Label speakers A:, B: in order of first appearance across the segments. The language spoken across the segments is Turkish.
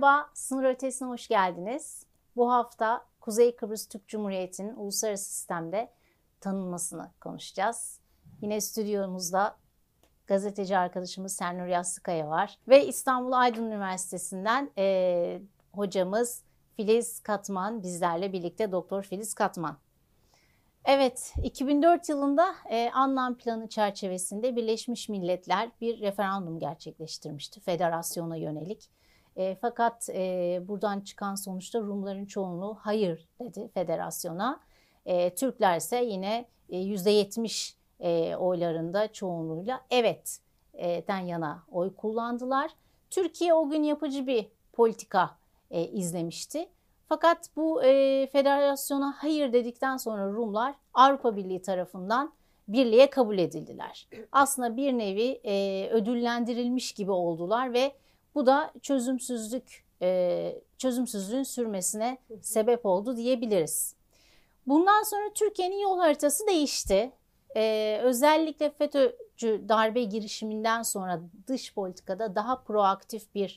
A: Merhaba, Sınır Ötesi'ne hoş geldiniz. Bu hafta Kuzey Kıbrıs Türk Cumhuriyeti'nin uluslararası sistemde tanınmasını konuşacağız. Yine stüdyomuzda gazeteci arkadaşımız Sernur Yastıkaya var. Ve İstanbul Aydın Üniversitesi'nden hocamız Filiz Katman bizlerle birlikte, Doktor Filiz Katman. Evet, 2004 yılında Annan Planı çerçevesinde Birleşmiş Milletler bir referandum gerçekleştirmişti federasyona yönelik. Fakat buradan çıkan sonuçta Rumların çoğunluğu hayır dedi federasyona. Türkler ise yine %70 oylarında çoğunluğuyla evetten yana oy kullandılar. Türkiye o gün yapıcı bir politika izlemişti. Fakat bu federasyona hayır dedikten sonra Rumlar Avrupa Birliği tarafından birliğe kabul edildiler. Aslında bir nevi ödüllendirilmiş gibi oldular ve bu da çözümsüzlüğün sürmesine sebep oldu diyebiliriz. Bundan sonra Türkiye'nin yol haritası değişti. Özellikle FETÖ'cü darbe girişiminden sonra dış politikada daha proaktif bir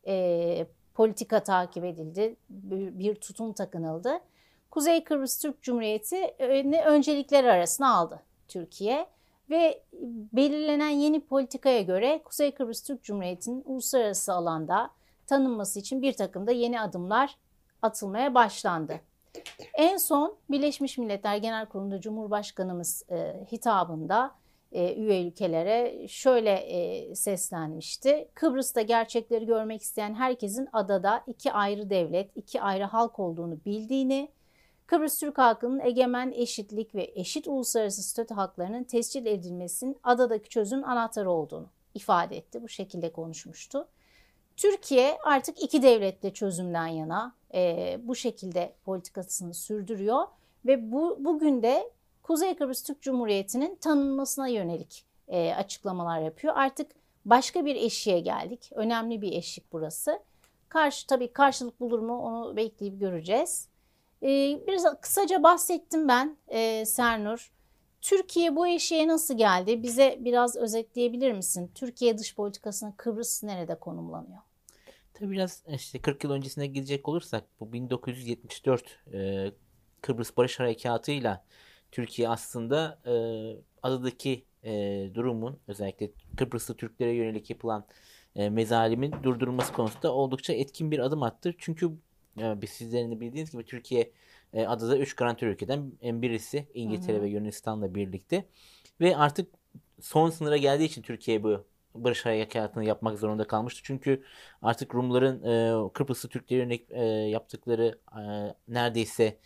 A: politika takip edildi, bir tutum takınıldı. Kuzey Kıbrıs Türk Cumhuriyeti'ni öncelikler arasına aldı Türkiye ve belirlenen yeni politikaya göre Kuzey Kıbrıs Türk Cumhuriyeti'nin uluslararası alanda tanınması için bir takım da yeni adımlar atılmaya başlandı. En son Birleşmiş Milletler Genel Kurulu'nda Cumhurbaşkanımız hitabında üye ülkelere şöyle seslenmişti. Kıbrıs'ta gerçekleri görmek isteyen herkesin adada iki ayrı devlet, iki ayrı halk olduğunu bildiğini, Kıbrıs Türk halkının egemen, eşitlik ve eşit uluslararası statü haklarının tescil edilmesinin adadaki çözümün anahtarı olduğunu ifade etti. Bu şekilde konuşmuştu. Türkiye artık iki devletle çözümden yana bu şekilde politikasını sürdürüyor ve bugün de Kuzey Kıbrıs Türk Cumhuriyeti'nin tanınmasına yönelik açıklamalar yapıyor. Artık başka bir eşiğe geldik. Önemli bir eşik burası. Tabii karşılık bulur mu onu bekleyip göreceğiz. Biraz kısaca bahsettim ben Sernur. Türkiye bu eşiğe nasıl geldi? Bize biraz özetleyebilir misin? Türkiye dış politikasında Kıbrıs nerede konumlanıyor?
B: Tabii biraz 40 yıl öncesine gidecek olursak bu 1974 Kıbrıs Barış Harekatı'yla Türkiye aslında adadaki durumun, özellikle Kıbrıslı Türklere yönelik yapılan mezalimin durdurulması konusunda oldukça etkin bir adım attı. Çünkü biz sizlerin de bildiğiniz gibi Türkiye adada 3 garantör ülkeden birisi İngiltere ve Yunanistan'la birlikte ve artık son sınıra geldiği için Türkiye bu barış harekatını yapmak zorunda kalmıştı. Çünkü artık Rumların Kıbrıslı Türklere yönelik yaptıkları neredeyse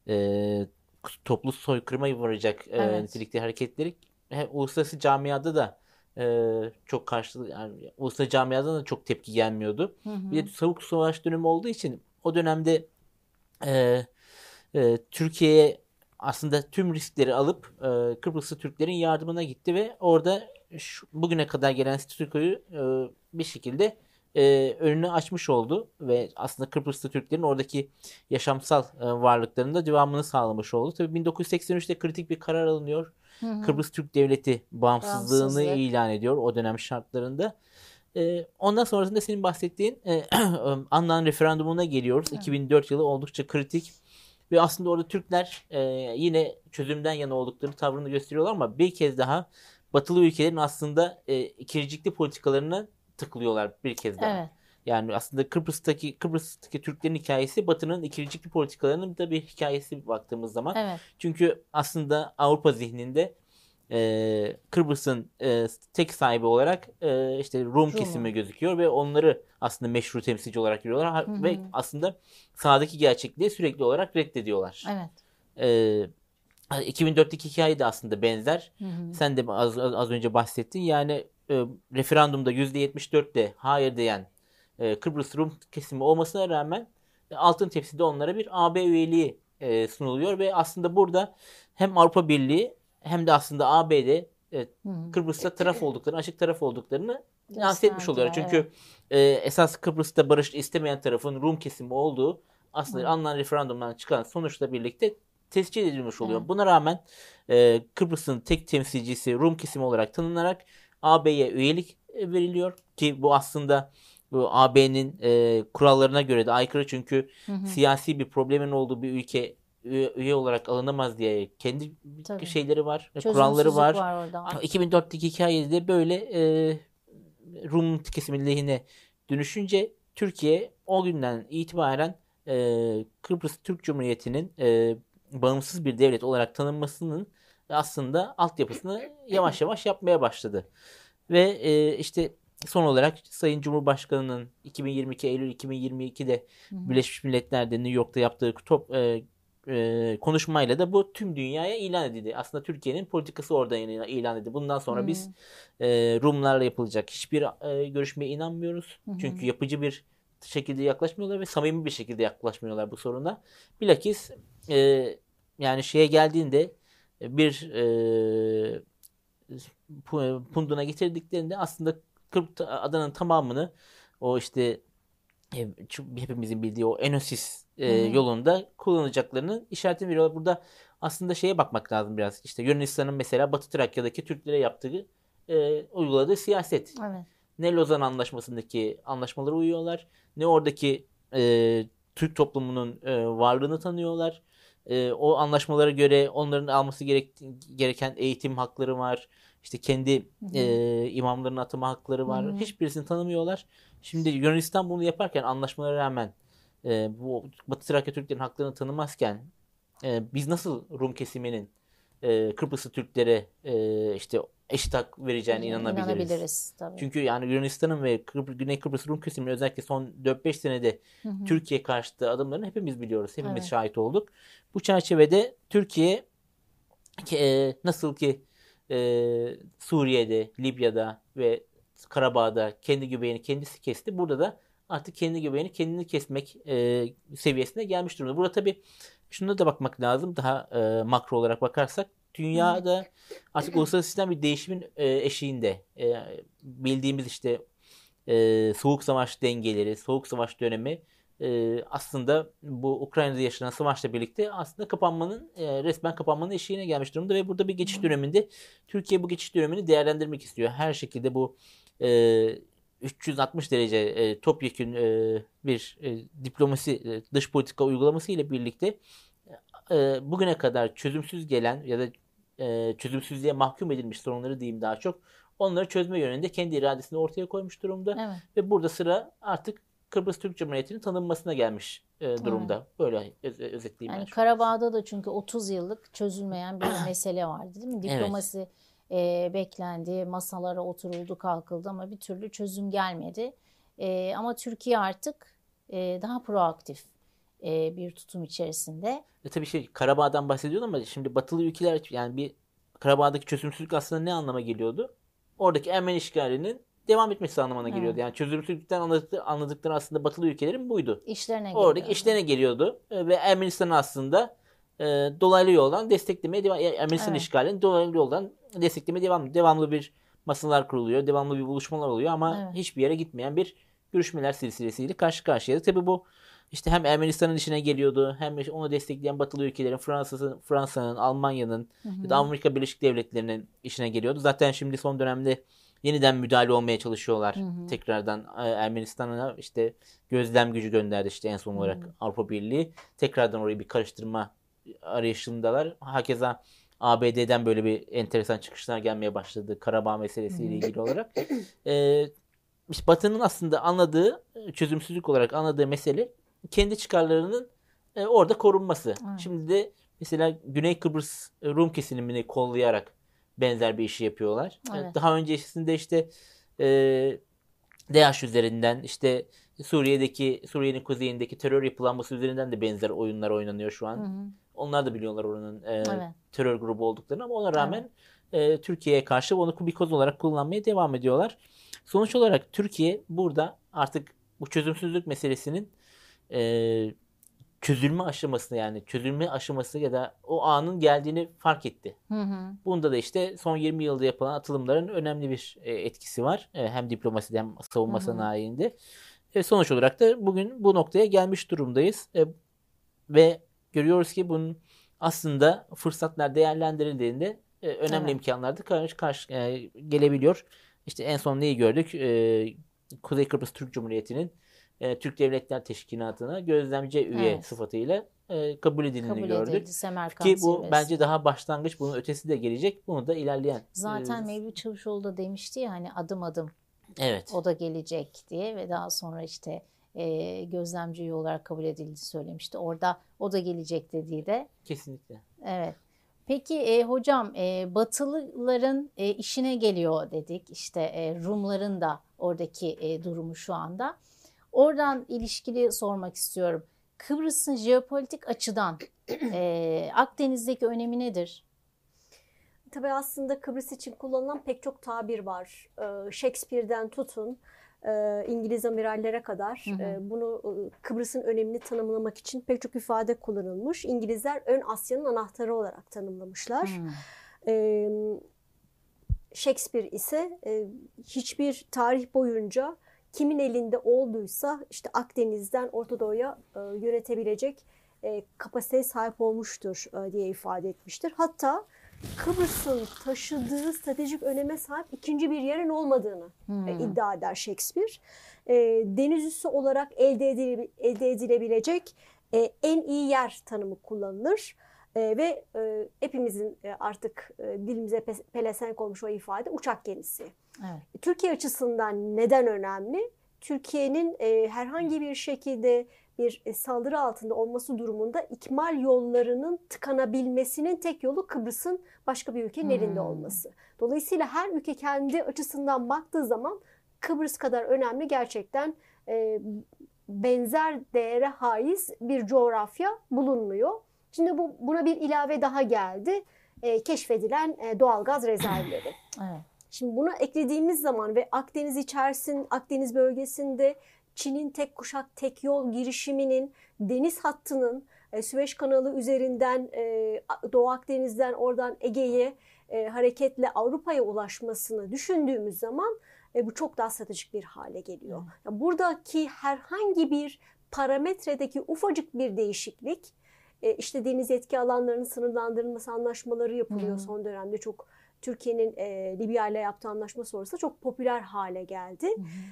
B: toplu soykırıma varacak nitelikli hareketleri uluslararası camiada da çok karşılığı, yani uluslararası camiadan da çok tepki gelmiyordu. Bir de soğuk savaş dönemi olduğu için o dönemde Türkiye'ye aslında tüm riskleri alıp Kıbrıslı Türklerin yardımına gitti ve orada bugüne kadar gelen statükoyu bir şekilde önünü açmış oldu ve aslında Kıbrıslı Türklerin oradaki yaşamsal varlıklarının da devamını sağlamış oldu. Tabii 1983'te kritik bir karar alınıyor. Kıbrıs Türk Devleti bağımsızlığını ilan ediyor o dönem şartlarında. Ondan sonrasında senin bahsettiğin Annan referandumuna geliyoruz. 2004 yılı oldukça kritik. Ve aslında orada Türkler yine çözümden yana oldukları tavrını gösteriyorlar ama bir kez daha Batılı ülkelerin aslında ikircikli politikalarına tıklıyorlar bir kez daha. Evet. Yani aslında Kıbrıs'taki Türklerin hikayesi Batı'nın ikircikli politikalarının da bir hikayesi baktığımız zaman. Evet. Çünkü aslında Avrupa zihninde Kıbrıs'ın tek sahibi olarak işte Rum kesimi gözüküyor ve onları aslında meşru temsilci olarak görüyorlar ve aslında sahadaki gerçekliği sürekli olarak reddediyorlar. Evet. 2004'teki hikaye de aslında benzer. Sen de az önce bahsettin. Yani referandumda %74'le hayır diyen Kıbrıs Rum kesimi olmasına rağmen altın tepside onlara bir AB üyeliği sunuluyor ve aslında burada hem Avrupa Birliği hem de aslında ABD Kıbrıs'ta taraf olduklarını, açık taraf olduklarını lanse etmiş oluyor. Çünkü esas Kıbrıs'ta barış istemeyen tarafın Rum kesimi olduğu aslında alınan referandumdan çıkan sonuçla birlikte tescil edilmiş oluyor. Evet. Buna rağmen Kıbrıs'ın tek temsilcisi Rum kesimi olarak tanınarak AB'ye üyelik veriliyor ki bu aslında bu AB'nin kurallarına göre de aykırı, çünkü
A: Hı hı.
B: siyasi bir problemin olduğu bir ülke üye olarak alınamaz diye kendi
A: Tabii.
B: şeyleri var, kuralları
A: Çözümsüzlük
B: var.
A: var orada.
B: 2004'teki hikayede böyle Rum kesimin lehine dönüşünce Türkiye o günden itibaren Kıbrıs Türk Cumhuriyeti'nin bağımsız bir devlet olarak tanınmasının aslında altyapısını yavaş yavaş yapmaya başladı. Ve işte son olarak Sayın Cumhurbaşkanı'nın 2022 Eylül 2022'de
A: Hı hı.
B: Birleşmiş Milletler'de New York'ta yaptığı konuşmayla da bu tüm dünyaya ilan edildi. Aslında Türkiye'nin politikası orada ilan edildi. Bundan sonra biz Rumlarla yapılacak hiçbir görüşmeye inanmıyoruz.
A: Hı hı.
B: Çünkü yapıcı bir şekilde yaklaşmıyorlar ve samimi bir şekilde yaklaşmıyorlar bu soruna. Bilakis yani şeye geldiğinde bir punduna getirdiklerinde aslında Kırk Adanın tamamını o işte hepimizin bildiği o Enosis yolunda kullanacaklarının işaretini veriyorlar. Burada aslında şeye bakmak lazım biraz. İşte Yunanistan'ın mesela Batı Trakya'daki Türklere yaptığı uyguladığı siyaset.
A: Evet.
B: Ne Lozan Anlaşması'ndaki anlaşmalara uyuyorlar, ne oradaki Türk toplumunun varlığını tanıyorlar. O anlaşmalara göre onların alması gereken eğitim hakları var. İşte kendi imamlarını atama hakları var.
A: Hı hı.
B: Hiçbirisini tanımıyorlar. Şimdi Yunanistan bunu yaparken anlaşmalara rağmen bu Batı Trakya Türklerin haklarını tanımazken biz nasıl Rum kesiminin Kıbrıslı Türklere işte eşit hak vereceğine inanabiliriz.
A: Tabii.
B: Çünkü yani Yunanistan'ın ve Güney Kıbrıs Rum kesiminin özellikle son 4-5 senede Türkiye karşıtı adımlarını hepimiz biliyoruz. Hepimiz şahit olduk. Bu çerçevede Türkiye nasıl ki Suriye'de, Libya'da ve Karabağ'da kendi göbeğini kendisi kesti. Burada da artık kendi göbeğini kendini kesmek seviyesine gelmiş durumda. Burada tabii şuna da bakmak lazım. Daha makro olarak bakarsak dünyada artık uluslararası sistem bir değişimin eşiğinde. Bildiğimiz işte soğuk savaş dengeleri, soğuk savaş dönemi aslında bu Ukrayna'da yaşanan savaşla birlikte aslında resmen kapanmanın eşiğine gelmiş durumda ve burada bir geçiş döneminde Türkiye bu geçiş dönemini değerlendirmek istiyor. Her şekilde bu 360 derece topyekün bir diplomasi, dış politika uygulaması ile birlikte bugüne kadar çözümsüz gelen ya da çözümsüzlüğe mahkum edilmiş sorunları diyeyim daha çok, onları çözme yönünde kendi iradesini ortaya koymuş durumda.
A: Evet.
B: Ve burada sıra artık Kıbrıs Türk Cumhuriyeti'nin tanınmasına gelmiş durumda. Evet. Böyle özetleyeyim
A: yani
B: ben.
A: Karabağ'da da çünkü 30 yıllık çözülmeyen bir mesele vardı, değil mi? Diplomasi beklendi, masalara oturuldu, kalkıldı ama bir türlü çözüm gelmedi. Ama Türkiye artık daha proaktif bir tutum içerisinde.
B: Tabii Karabağ'dan bahsediyorum ama şimdi Batılı ülkeler, yani bir Karabağ'daki çözümsüzlük aslında ne anlama geliyordu? Oradaki Ermeni işgalinin devam etmesi anlamına geliyordu. Yani çözümsüzlükten anladıkları aslında Batılı ülkelerin buydu. Oradaki işlerine geliyordu ve Ermenistan'ı aslında dolaylı yoldan desteklemeye devam, Ermenistan işgalini dolaylı yoldan desteklemeye devamlı bir masalar kuruluyor, devamlı bir buluşmalar oluyor ama hiçbir yere gitmeyen bir görüşmeler silsilesiyle karşı karşıyaydı. Tabii bu işte hem Ermenistan'ın işine geliyordu, hem onu destekleyen Batılı ülkelerin, Fransa'nın, Almanya'nın ya da Amerika Birleşik Devletleri'nin işine geliyordu. Zaten şimdi son dönemde yeniden müdahale olmaya çalışıyorlar. Tekrardan Ermenistan'a işte gözlem gücü gönderdi işte en son olarak Avrupa Birliği. Tekrardan orayı bir karıştırma arayışındalar. Hakeza ABD'den böyle bir enteresan çıkışlar gelmeye başladı Karabağ meselesiyle ilgili olarak. İşte Batı'nın aslında çözümsüzlük olarak anladığı mesele kendi çıkarlarının orada korunması. Şimdi de mesela Güney Kıbrıs Rum kesimini kollayarak benzer bir işi yapıyorlar. Daha öncesinde işte DAEŞ üzerinden, işte Suriye'nin kuzeyindeki terör yapılanması üzerinden de benzer oyunlar oynanıyor şu an. Onlar da biliyorlar oranın terör grubu olduklarını ama ona rağmen Türkiye'ye karşı onu bir koz olarak kullanmaya devam ediyorlar. Sonuç olarak Türkiye burada artık bu çözümsüzlük meselesinin çözülme aşaması ya da o anın geldiğini fark etti. Bunda da işte son 20 yılda yapılan atılımların önemli bir etkisi var. Hem diplomaside hem savunma sanayinde. Sonuç olarak da bugün bu noktaya gelmiş durumdayız. Ve görüyoruz ki bunun aslında fırsatlar değerlendirildiğinde önemli imkanlar da karşı gelebiliyor. İşte en son neyi gördük? Kuzey Kıbrıs Türk Cumhuriyeti'nin Türk Devletler Teşkilatı'na gözlemci üye sıfatıyla kabul edildiğini gördük. Ki bu bence daha başlangıç, bunun ötesi de gelecek. Bunu da ilerleyen.
A: Zaten Mevlüt Çavuşoğlu da demişti ya hani adım adım
B: evet.
A: o da gelecek diye ve daha sonra işte gözlemci üye olarak kabul edildiğini söylemişti. Orada o da gelecek dediği de.
B: Kesinlikle.
A: Evet. Peki hocam Batılıların işine geliyor dedik. İşte Rumların da oradaki durumu şu anda. Oradan ilişkili sormak istiyorum. Kıbrıs'ın jeopolitik açıdan Akdeniz'deki önemi nedir?
C: Tabii aslında Kıbrıs için kullanılan pek çok tabir var. Shakespeare'den tutun İngiliz amirallere kadar bunu Kıbrıs'ın önemini tanımlamak için pek çok ifade kullanılmış. İngilizler Ön Asya'nın anahtarı olarak tanımlamışlar. Shakespeare ise hiçbir tarih boyunca kimin elinde olduysa işte Akdeniz'den Orta Doğu'ya yönetebilecek kapasiteye sahip olmuştur diye ifade etmiştir. Hatta Kıbrıs'ın taşıdığı stratejik öneme sahip ikinci bir yerin olmadığını iddia eder Shakespeare. Deniz üssü olarak elde edilebilecek en iyi yer tanımı kullanılır. Ve hepimizin artık dilimize pelesenk olmuş o ifade uçak gemisi. Evet. Türkiye açısından neden önemli? Türkiye'nin herhangi bir şekilde bir saldırı altında olması durumunda ikmal yollarının tıkanabilmesinin tek yolu Kıbrıs'ın başka bir ülkenin elinde olması. Dolayısıyla her ülke kendi açısından baktığı zaman Kıbrıs kadar önemli gerçekten benzer değere haiz bir coğrafya bulunmuyor. Şimdi buna bir ilave daha geldi. Keşfedilen doğalgaz rezervleri. Evet. Şimdi buna eklediğimiz zaman ve Akdeniz bölgesinde Çin'in tek kuşak tek yol girişiminin, deniz hattının Süveyş kanalı üzerinden Doğu Akdeniz'den oradan Ege'ye hareketle Avrupa'ya ulaşmasını düşündüğümüz zaman bu çok daha stratejik bir hale geliyor. Yani buradaki herhangi bir parametredeki ufacık bir değişiklik, işte deniz yetki alanlarının sınırlandırılması anlaşmaları yapılıyor son dönemde. Çok Türkiye'nin Libya ile yaptığı anlaşma sonrasında çok popüler hale geldi.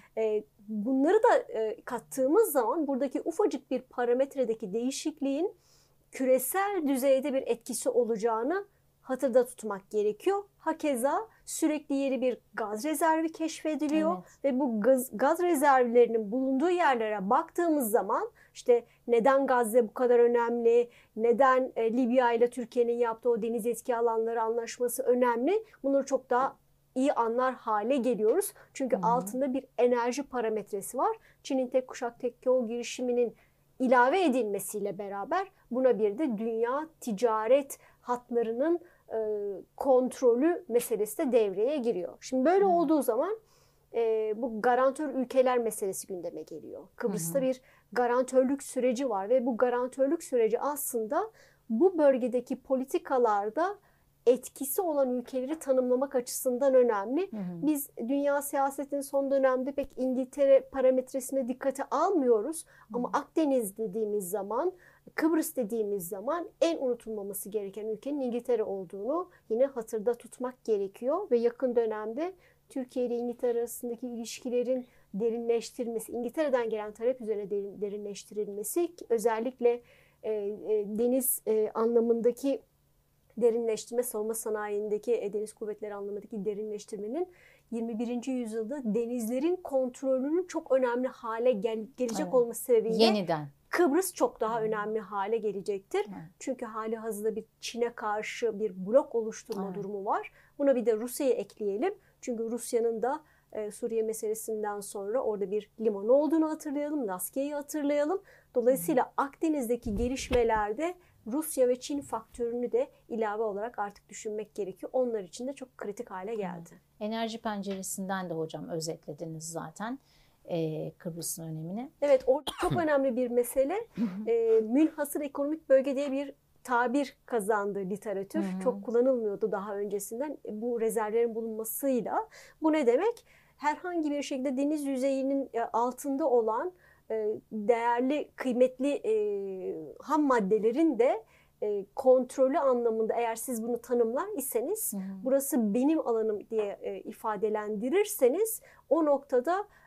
C: Bunları da kattığımız zaman buradaki ufacık bir parametredeki değişikliğin küresel düzeyde bir etkisi olacağını hatırda tutmak gerekiyor. Hakeza sürekli yeni bir gaz rezervi keşfediliyor ve bu gaz rezervlerinin bulunduğu yerlere baktığımız zaman işte neden Gazze bu kadar önemli, neden Libya ile Türkiye'nin yaptığı o deniz yetki alanları anlaşması önemli, bunları çok daha iyi anlar hale geliyoruz. Çünkü altında bir enerji parametresi var. Çin'in tek kuşak tek yol girişiminin ilave edilmesiyle beraber buna bir de dünya ticaret hatlarının kontrolü meselesi de devreye giriyor. Şimdi böyle olduğu zaman bu garantör ülkeler meselesi gündeme geliyor. Kıbrıs'ta bir garantörlük süreci var ve bu garantörlük süreci aslında bu bölgedeki politikalarda etkisi olan ülkeleri tanımlamak açısından önemli. Biz dünya siyasetinin son dönemde pek İngiltere parametresine dikkate almıyoruz. Ama Akdeniz dediğimiz zaman, Kıbrıs dediğimiz zaman en unutulmaması gereken ülkenin İngiltere olduğunu yine hatırda tutmak gerekiyor. Ve yakın dönemde Türkiye ile İngiltere arasındaki ilişkilerin derinleştirilmesi, İngiltere'den gelen talep üzerine derinleştirilmesi, özellikle deniz anlamındaki derinleştirme, savunma sanayindeki deniz kuvvetleri anlamındaki derinleştirmenin 21. yüzyılda denizlerin kontrolünün çok önemli hale gelecek olması sebebiyle
A: yeniden
C: Kıbrıs çok daha önemli hale gelecektir. Çünkü hali hazırda bir Çin'e karşı bir blok oluşturma durumu var. Buna bir de Rusya'yı ekleyelim. Çünkü Rusya'nın da Suriye meselesinden sonra orada bir liman olduğunu hatırlayalım. Laskiye'yi hatırlayalım. Dolayısıyla Akdeniz'deki gelişmelerde Rusya ve Çin faktörünü de ilave olarak artık düşünmek gerekiyor. Onlar için de çok kritik hale geldi.
A: Enerji penceresinden de hocam özetlediniz zaten Kıbrıs'ın önemini.
C: Evet, orada çok önemli bir mesele. Münhasır ekonomik bölge diye bir tabir kazandı literatür. Çok kullanılmıyordu daha öncesinden. Bu rezervlerin bulunmasıyla. Bu ne demek? Herhangi bir şekilde deniz yüzeyinin altında olan değerli, kıymetli ham maddelerin de kontrolü anlamında eğer siz bunu tanımlar iseniz, burası benim alanım diye ifadelendirirseniz o noktada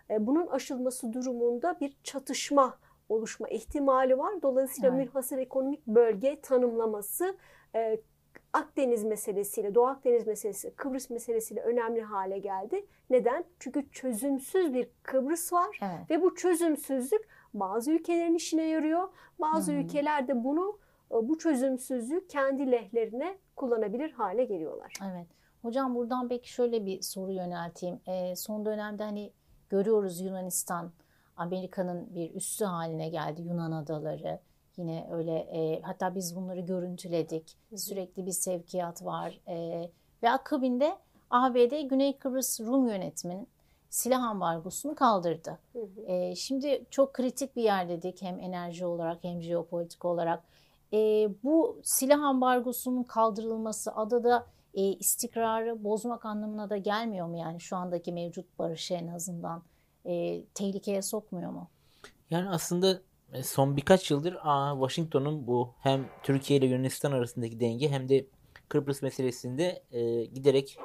C: Bunun aşılması durumunda bir çatışma oluşma ihtimali var. Dolayısıyla münhasır ekonomik bölge tanımlaması Akdeniz meselesiyle, Doğu Akdeniz meselesi, Kıbrıs meselesiyle önemli hale geldi. Neden? Çünkü çözümsüz bir Kıbrıs var ve bu çözümsüzlük bazı ülkelerin işine yarıyor. Bazı ülkeler de bu çözümsüzlüğü kendi lehlerine kullanabilir hale geliyorlar.
A: Evet. Hocam buradan belki şöyle bir soru yönelteyim. Son dönemde hani görüyoruz Yunanistan, Amerika'nın bir üssü haline geldi, Yunan adaları. Yine öyle hatta biz bunları görüntüledik. Sürekli bir sevkiyat var. Ve akabinde ABD Güney Kıbrıs Rum yönetiminin silah ambargosunu kaldırdı. Şimdi çok kritik bir yer dedik hem enerji olarak hem jeopolitik olarak. Bu silah ambargosunun kaldırılması adada istikrarı bozmak anlamına da gelmiyor mu? Yani şu andaki mevcut barışı en azından tehlikeye sokmuyor mu?
B: Yani aslında son birkaç yıldır Washington'un bu hem Türkiye ile Yunanistan arasındaki denge hem de Kıbrıs meselesinde giderek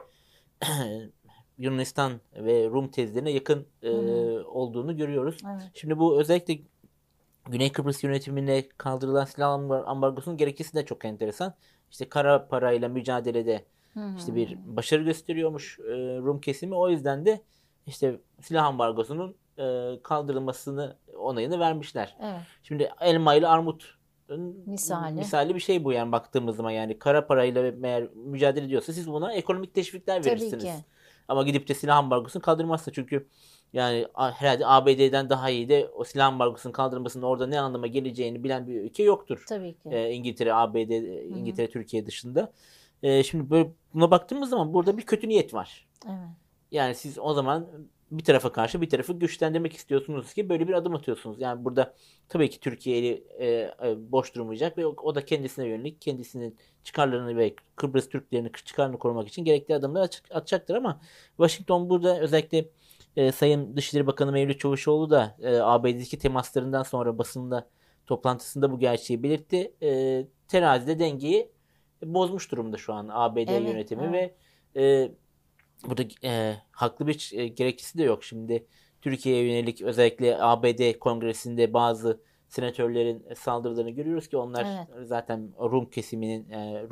B: Yunanistan ve Rum tezlerine yakın olduğunu görüyoruz. Evet. Şimdi bu özellikle Güney Kıbrıs yönetimine kaldırılan silah ambargosunun gerekçesi de çok enteresan. İşte kara parayla mücadelede işte bir başarı gösteriyormuş Rum kesimi. O yüzden de işte silah ambargosunun kaldırılmasını onayını vermişler. Evet. Şimdi elma ile armut misali bir şey bu yani baktığımız zaman yani kara parayla eğer mücadele ediyorsa siz buna ekonomik teşvikler verirsiniz. Tabii ki. Ama gidip de silah ambargosunu kaldırmazsa çünkü yani herhalde ABD'den daha iyi de o silah ambargosunun kaldırılmasının orada ne anlama geleceğini bilen bir ülke yoktur.
A: Tabii ki.
B: İngiltere, ABD, İngiltere, Türkiye dışında. Şimdi böyle buna baktığımız zaman burada bir kötü niyet var.
A: Evet.
B: Yani siz o zaman bir tarafa karşı bir tarafı güçlendirmek istiyorsunuz ki böyle bir adım atıyorsunuz. Yani burada tabii ki Türkiye'yi boş durmayacak ve o da kendisine yönelik kendisinin çıkarlarını ve Kıbrıs Türklerinin çıkarını korumak için gerekli adımlar atacaktır ama Washington burada özellikle Sayın Dışişleri Bakanı Mevlüt Çavuşoğlu da ABD'deki temaslarından sonra basında toplantısında bu gerçeği belirtti. Terazide dengeyi bozmuş durumda şu an ABD yönetimi ve burada haklı bir gerekçesi de yok. Şimdi Türkiye'ye yönelik özellikle ABD Kongresi'nde bazı senatörlerin saldırılarını görüyoruz ki onlar zaten Rum kesiminin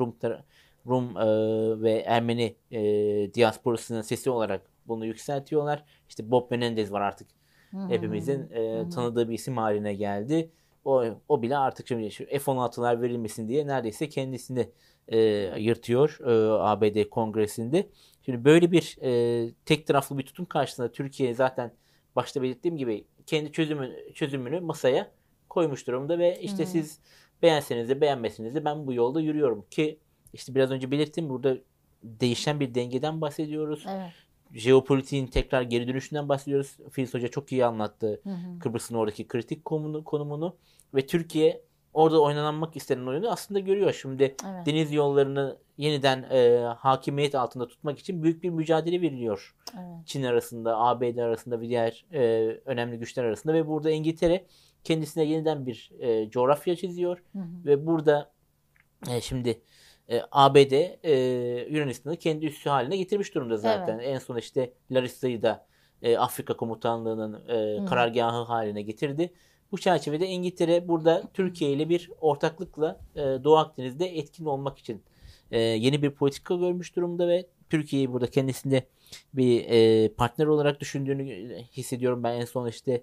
B: Rum ve Ermeni diasporasının sesi olarak bunu yükseltiyorlar. İşte Bob Menendez var artık hepimizin tanıdığı bir isim haline geldi. O bile artık şimdi şu F-16'lar verilmesin diye neredeyse kendisini yırtıyor ABD Kongresi'nde. Şimdi böyle bir tek taraflı bir tutum karşısında Türkiye zaten başta belirttiğim gibi kendi çözümünü masaya koymuş durumda ve işte siz beğenseniz de beğenmeseniz de ben bu yolda yürüyorum ki işte biraz önce belirttim burada değişen bir dengeden bahsediyoruz.
A: Evet.
B: Jeopolitiğin tekrar geri dönüşünden bahsediyoruz. Filiz Hoca çok iyi anlattı Kıbrıs'ın oradaki kritik konumunu ve Türkiye orada oynanmak istenen oyunu aslında görüyor. Şimdi deniz yollarını yeniden hakimiyet altında tutmak için büyük bir mücadele veriliyor.
A: Evet.
B: Çin arasında, ABD arasında ve diğer önemli güçler arasında ve burada İngiltere kendisine yeniden bir coğrafya çiziyor ve burada şimdi ABD Yunanistan'ı kendi üssü haline getirmiş durumda zaten. En son işte Larissa'yı da Afrika Komutanlığı'nın karargahı haline getirdi. Bu çerçevede İngiltere burada Türkiye ile bir ortaklıkla Doğu Akdeniz'de etkin olmak için yeni bir politika görmüş durumda ve Türkiye'yi burada kendisinde bir partner olarak düşündüğünü hissediyorum. Ben en son işte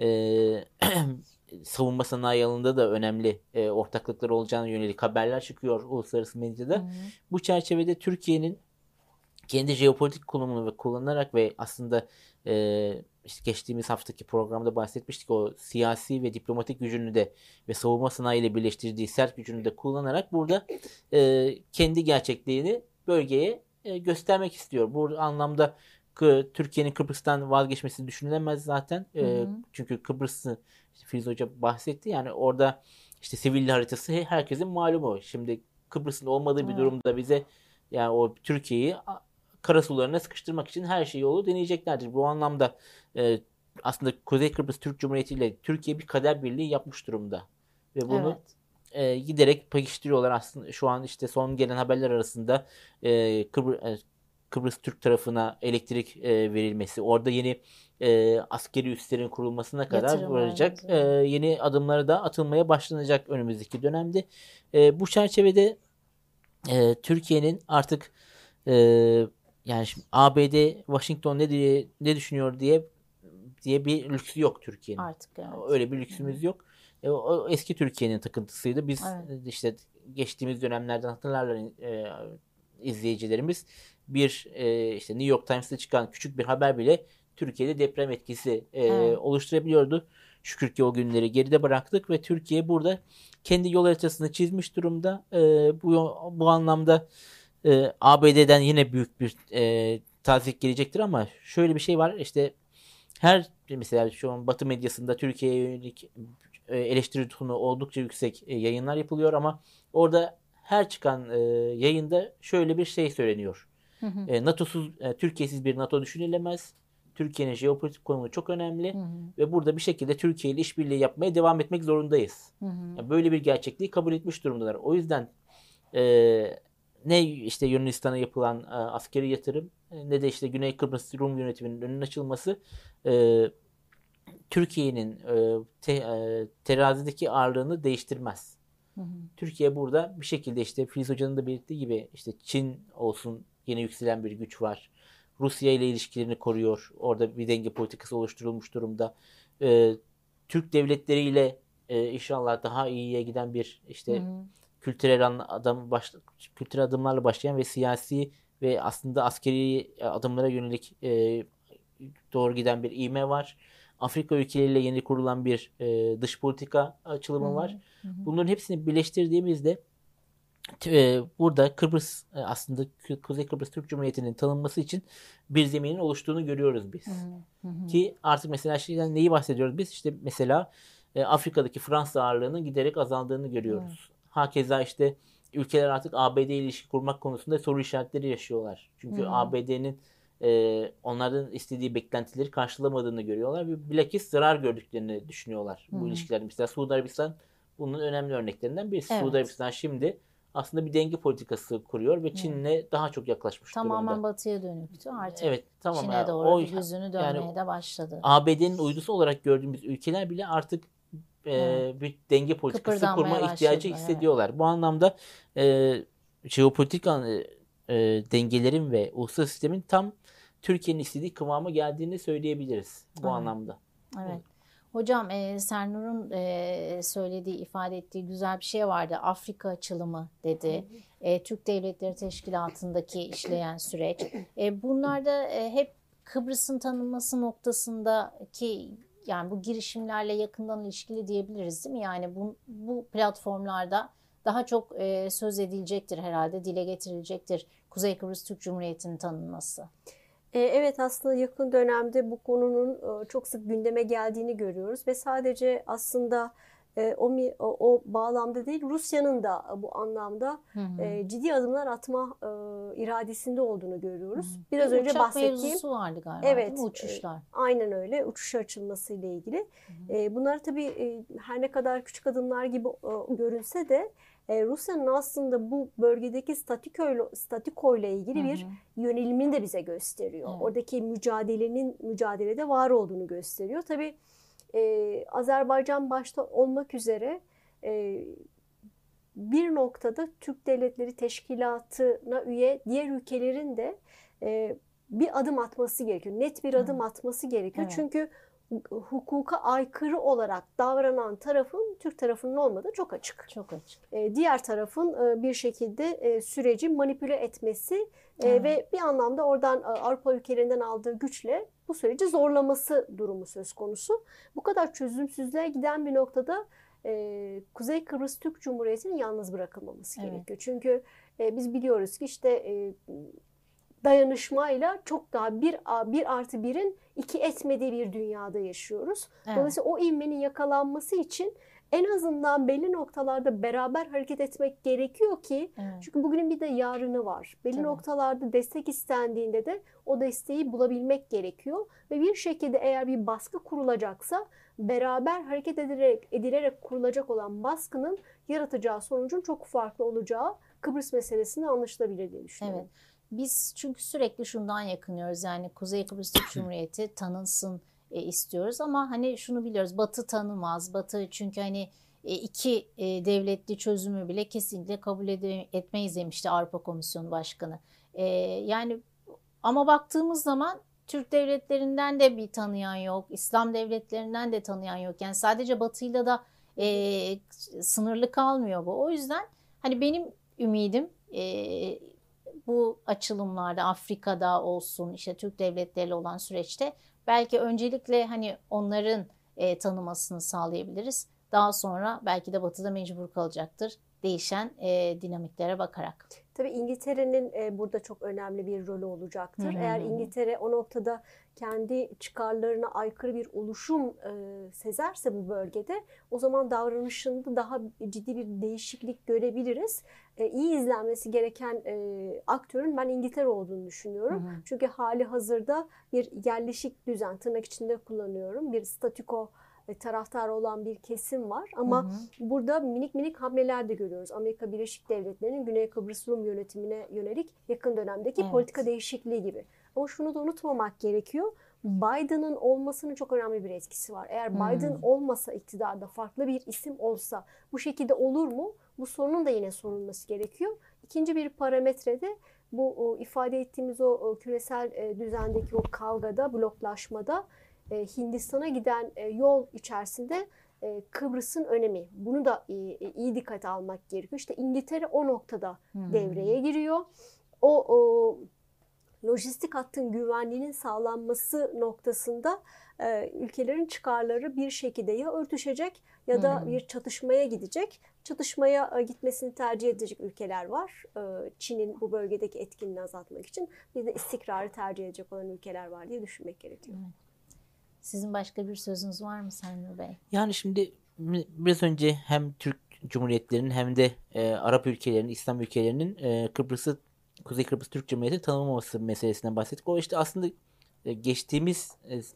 B: savunma sanayi alanında da önemli ortaklıklar olacağına yönelik haberler çıkıyor uluslararası medyada. Bu çerçevede Türkiye'nin kendi jeopolitik konumunu ve kullanarak ve aslında işte geçtiğimiz haftaki programda bahsetmiştik o siyasi ve diplomatik gücünü de ve savunma sanayiyle birleştirdiği sert gücünü de kullanarak burada kendi gerçekliğini bölgeye göstermek istiyor. Bu anlamda Türkiye'nin Kıbrıs'tan vazgeçmesi düşünülemez zaten. Çünkü Kıbrıs'ı işte Filiz Hoca bahsetti. Yani orada işte sivil haritası herkesin malumu. Şimdi Kıbrıs'ın olmadığı bir durumda bize yani o Türkiye'yi karasularına sıkıştırmak için her şeyi yolu deneyeceklerdir. Bu anlamda aslında Kuzey Kıbrıs Türk Cumhuriyeti ile Türkiye bir kader birliği yapmış durumda. Ve bunu giderek pekiştiriyorlar aslında. Şu an işte son gelen haberler arasında Kıbrıs Türk tarafına elektrik verilmesi, orada yeni askeri üslerin kurulmasına kadar varacak yeni adımlara da atılmaya başlanacak önümüzdeki dönemde. Bu çerçevede Türkiye'nin artık yani şimdi ABD, Washington ne düşünüyor diye bir lüksü yok Türkiye'nin.
A: Artık evet.
B: Öyle bir lüksümüz yok. O eski Türkiye'nin takıntısıydı. Biz işte geçtiğimiz dönemlerden hatırlarlar izleyicilerimiz, işte New York Times'ta çıkan küçük bir haber bile Türkiye'de deprem etkisi oluşturabiliyordu. Şükür ki o günleri geride bıraktık ve Türkiye burada kendi yol haritasını çizmiş durumda. Bu anlamda ABD'den yine büyük bir tazik gelecektir ama şöyle bir şey var. İşte mesela şu an Batı medyasında Türkiye'ye yönelik eleştiri tonu oldukça yüksek yayınlar yapılıyor ama orada her çıkan yayında şöyle bir şey söyleniyor. Türkiye'siz bir NATO düşünülemez. Türkiye'nin jeopolitik konumu çok önemli ve burada bir şekilde Türkiye ile işbirliği yapmaya devam etmek zorundayız. Yani böyle bir gerçekliği kabul etmiş durumdalar. O yüzden ne işte Yunanistan'a yapılan askeri yatırım ne de işte Güney Kıbrıs Rum yönetiminin önünün açılması Türkiye'nin terazideki ağırlığını değiştirmez. Türkiye burada bir şekilde işte Filiz Hoca'nın da belirttiği gibi işte Çin olsun, yeni yükselen bir güç var. Rusya ile ilişkilerini koruyor. Orada bir denge politikası oluşturulmuş durumda. Türk devletleriyle inşallah daha iyiye giden bir işte kültürel adımlarla başlayan ve siyasi ve aslında askeri adımlara yönelik doğru giden bir ivme var. Afrika ülkeleriyle yeni kurulan bir dış politika açılımı var. Bunların hepsini birleştirdiğimizde burada Kıbrıs aslında Kuzey Kıbrıs Türk Cumhuriyeti'nin tanınması için bir zeminin oluştuğunu görüyoruz biz. Ki artık mesela neyi bahsediyoruz biz? İşte mesela Afrika'daki Fransız ağırlığının giderek azaldığını görüyoruz. Hakeza işte ülkeler artık ABD ile ilişki kurmak konusunda soru işaretleri yaşıyorlar. Çünkü ABD'nin onların istediği beklentileri karşılamadığını görüyorlar ve bilakis zarar gördüklerini düşünüyorlar bu ilişkilerde. Mesela Suudi Arabistan bunun önemli örneklerinden birisi. Evet. Suudi Arabistan şimdi aslında bir denge politikası kuruyor ve Çin'le daha çok yaklaşmış durumda.
A: Tamamen batıya dönüktü artık.
B: Evet, tamam.
A: Çin'e doğru yüzünü dönmeye de başladı.
B: ABD'nin uydusu olarak gördüğümüz ülkeler bile artık bir denge politikası kurma ihtiyacı hissediyorlar. Evet. Bu anlamda jeopolitik dengelerin ve uluslararası sistemin tam Türkiye'nin istediği kıvama geldiğini söyleyebiliriz bu anlamda.
A: Evet. Hocam Sernur'un söylediği, ifade ettiği güzel bir şey vardı. Afrika açılımı dedi. Türk Devletleri Teşkilatı'ndaki işleyen süreç. Bunlar da hep Kıbrıs'ın tanınması noktasındaki, yani bu girişimlerle yakından ilişkili diyebiliriz değil mi? Yani bu platformlarda daha çok söz edilecektir herhalde, dile getirilecektir Kuzey Kıbrıs Türk Cumhuriyeti'nin tanınması.
C: Evet, aslında yakın dönemde bu konunun çok sık gündeme geldiğini görüyoruz ve sadece aslında o bağlamda değil, Rusya'nın da bu anlamda ciddi adımlar atma iradesinde olduğunu görüyoruz. Biraz önce
A: uçak
C: bahsettiğim
A: mevzusu vardı galiba,
C: evet,
A: değil mi? Uçuşlar.
C: Aynen öyle, uçuş açılması ile ilgili. Bunlar tabii her ne kadar küçük adımlar gibi görünse de Rusya'nın aslında bu bölgedeki statiko ile ilgili bir yönelimini de bize gösteriyor. Evet. Oradaki mücadelede var olduğunu gösteriyor. Tabii Azerbaycan başta olmak üzere bir noktada Türk Devletleri Teşkilatı'na üye diğer ülkelerin de bir adım atması gerekiyor. Net bir adım atması gerekiyor. Evet. Çünkü hukuka aykırı olarak davranan tarafın Türk tarafının olmadığı çok açık.
A: Çok açık.
C: Diğer tarafın bir şekilde süreci manipüle etmesi ve bir anlamda oradan Avrupa ülkelerinden aldığı güçle bu süreci zorlaması durumu söz konusu. Bu kadar çözümsüzlüğe giden bir noktada Kuzey Kıbrıs Türk Cumhuriyeti'nin yalnız bırakılmaması gerekiyor. Çünkü biz biliyoruz ki işte dayanışmayla çok daha bir artı birin iki etmediği bir dünyada yaşıyoruz. Evet. Dolayısıyla o ivmenin yakalanması için en azından belli noktalarda beraber hareket etmek gerekiyor ki çünkü bugünün bir de yarını var. Belli noktalarda destek istendiğinde de o desteği bulabilmek gerekiyor ve bir şekilde eğer bir baskı kurulacaksa beraber hareket edilerek kurulacak olan baskının yaratacağı sonucun çok farklı olacağı Kıbrıs meselesinde anlaşılabilir diye düşünüyorum.
A: Evet. Biz çünkü sürekli şundan yakınıyoruz. Yani Kuzey Kıbrıs Türk Cumhuriyeti tanınsın istiyoruz ama hani şunu biliyoruz. Batı tanımaz. Batı çünkü hani iki devletli çözümü bile kesinlikle kabul etmeyiz demişti Avrupa Komisyonu Başkanı. Yani ama baktığımız zaman Türk devletlerinden de bir tanıyan yok. İslam devletlerinden de tanıyan yok. Yani sadece Batı'yla da sınırlı kalmıyor bu. O yüzden hani benim ümidim bu açılımlarda Afrika'da olsun işte Türk devletleriyle olan süreçte belki öncelikle hani onların tanımasını sağlayabiliriz. Daha sonra belki de Batı'da mecbur kalacaktır değişen dinamiklere bakarak.
C: Tabii İngiltere'nin burada çok önemli bir rolü olacaktır. Eğer İngiltere o noktada kendi çıkarlarına aykırı bir oluşum sezerse bu bölgede o zaman davranışında daha ciddi bir değişiklik görebiliriz. İyi izlenmesi gereken aktörün ben İngiltere olduğunu düşünüyorum. Çünkü hali hazırda bir yerleşik düzen, tırnak içinde kullanıyorum, bir statüko taraftarı olan bir kesim var ama burada minik minik hamleler de görüyoruz. Amerika Birleşik Devletleri'nin Güney Kıbrıs Rum yönetimine yönelik yakın dönemdeki politika değişikliği gibi. Ama şunu da unutmamak gerekiyor. Biden'ın olmasının çok önemli bir etkisi var. Eğer Biden olmasa iktidarda farklı bir isim olsa bu şekilde olur mu? Bu sorunun da yine sorulması gerekiyor. İkinci bir parametre de bu ifade ettiğimiz o küresel düzendeki o kavgada, bloklaşmada Hindistan'a giden yol içerisinde Kıbrıs'ın önemi. Bunu da iyi dikkate almak gerekiyor. İşte İngiltere o noktada devreye giriyor. O lojistik hattın güvenliğinin sağlanması noktasında ülkelerin çıkarları bir şekilde ya örtüşecek ya da bir çatışmaya gidecek. Çatışmaya gitmesini tercih edecek ülkeler var. Çin'in bu bölgedeki etkinliğini azaltmak için bir de istikrarı tercih edecek olan ülkeler var diye düşünmek gerekiyor.
A: Sizin başka bir sözünüz var mı Senur Bey?
B: Yani şimdi biraz önce hem Türk Cumhuriyetlerinin hem de Arap ülkelerinin, İslam ülkelerinin Kıbrıs'ı, Kuzey Kıbrıs Türk Cumhuriyeti tanımlaması meselesinden bahsettik. O işte aslında geçtiğimiz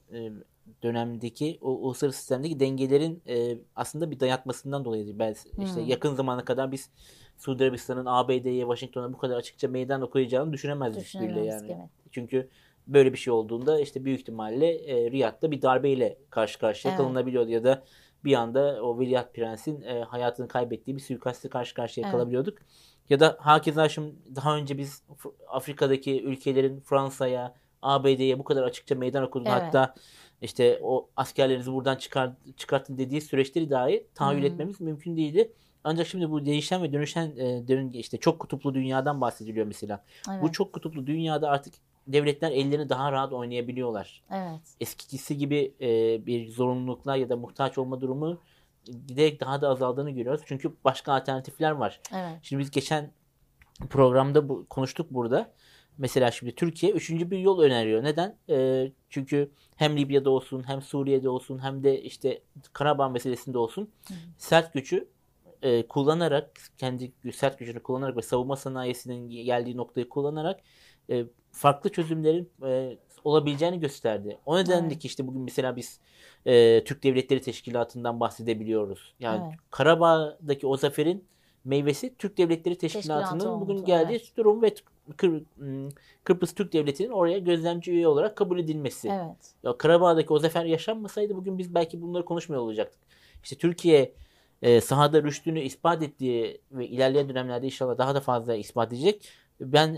B: dönemdeki o uluslararası sistemdeki dengelerin aslında bir dayatmasından dolayı. Ben işte yakın zamana kadar biz Suudi Arabistan'ın ABD'ye, Washington'a bu kadar açıkça meydan okuyacağını düşünemezdik bile yani. Evet. Çünkü böyle bir şey olduğunda işte büyük ihtimalle Riyad'da bir darbeyle karşı karşıya kalınabiliyordu ya da bir anda o Veliaht Prens'in hayatını kaybettiği bir suikastla karşı karşıya kalabiliyorduk. Ya da hakeza şimdi daha önce biz Afrika'daki ülkelerin Fransa'ya, ABD'ye bu kadar açıkça meydan okuduğunu hatta işte o askerlerinizi buradan çıkartın dediği süreçleri dahi tahayyül etmemiz mümkün değildi. Ancak şimdi bu değişen ve dönüşen işte çok kutuplu dünyadan bahsediliyor mesela. Bu çok kutuplu dünyada artık devletler ellerini daha rahat oynayabiliyorlar. Eskisi gibi bir zorunluluklar ya da muhtaç olma durumu giderek daha da azaldığını görüyoruz. Çünkü başka alternatifler var. Şimdi biz geçen programda konuştuk burada. Mesela şimdi Türkiye 3. bir yol öneriyor. Neden? Çünkü hem Libya'da olsun, hem Suriye'de olsun, hem de işte Karabağ meselesinde olsun sert gücü kullanarak, kendi sert gücünü kullanarak ve savunma sanayisinin geldiği noktayı kullanarak farklı çözümlerin olabileceğini gösterdi. O nedenle ki işte bugün mesela biz Türk Devletleri Teşkilatı'ndan bahsedebiliyoruz. Yani Karabağ'daki o zaferin meyvesi Türk Devletleri Teşkilatı'nın bugün geldiği durum ve Kıbrıs Türk Devleti'nin oraya gözlemci üye olarak kabul edilmesi. Ya Karabağ'daki o zafer yaşanmasaydı bugün biz belki bunları konuşmuyor olacaktık. İşte Türkiye sahada rüştünü ispat ettiği ve ilerleyen dönemlerde inşallah daha da fazla ispat edecek. Ben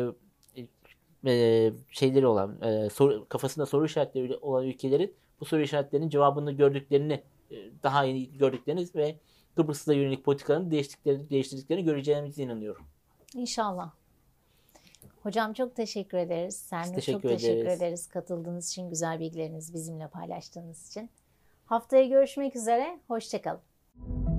B: şeyleri olan kafasında soru işaretleri olan ülkelerin bu soru işaretlerinin cevabını gördüklerini daha iyi gördüklerini ve Kıbrıs'ta yönelik politikalarını değiştirdiklerini göreceğimize inanıyorum.
A: İnşallah. Hocam çok teşekkür ederiz. Senur çok teşekkür ederiz katıldığınız için, güzel bilgilerinizi bizimle paylaştığınız için. Haftaya görüşmek üzere. Hoşça kalın.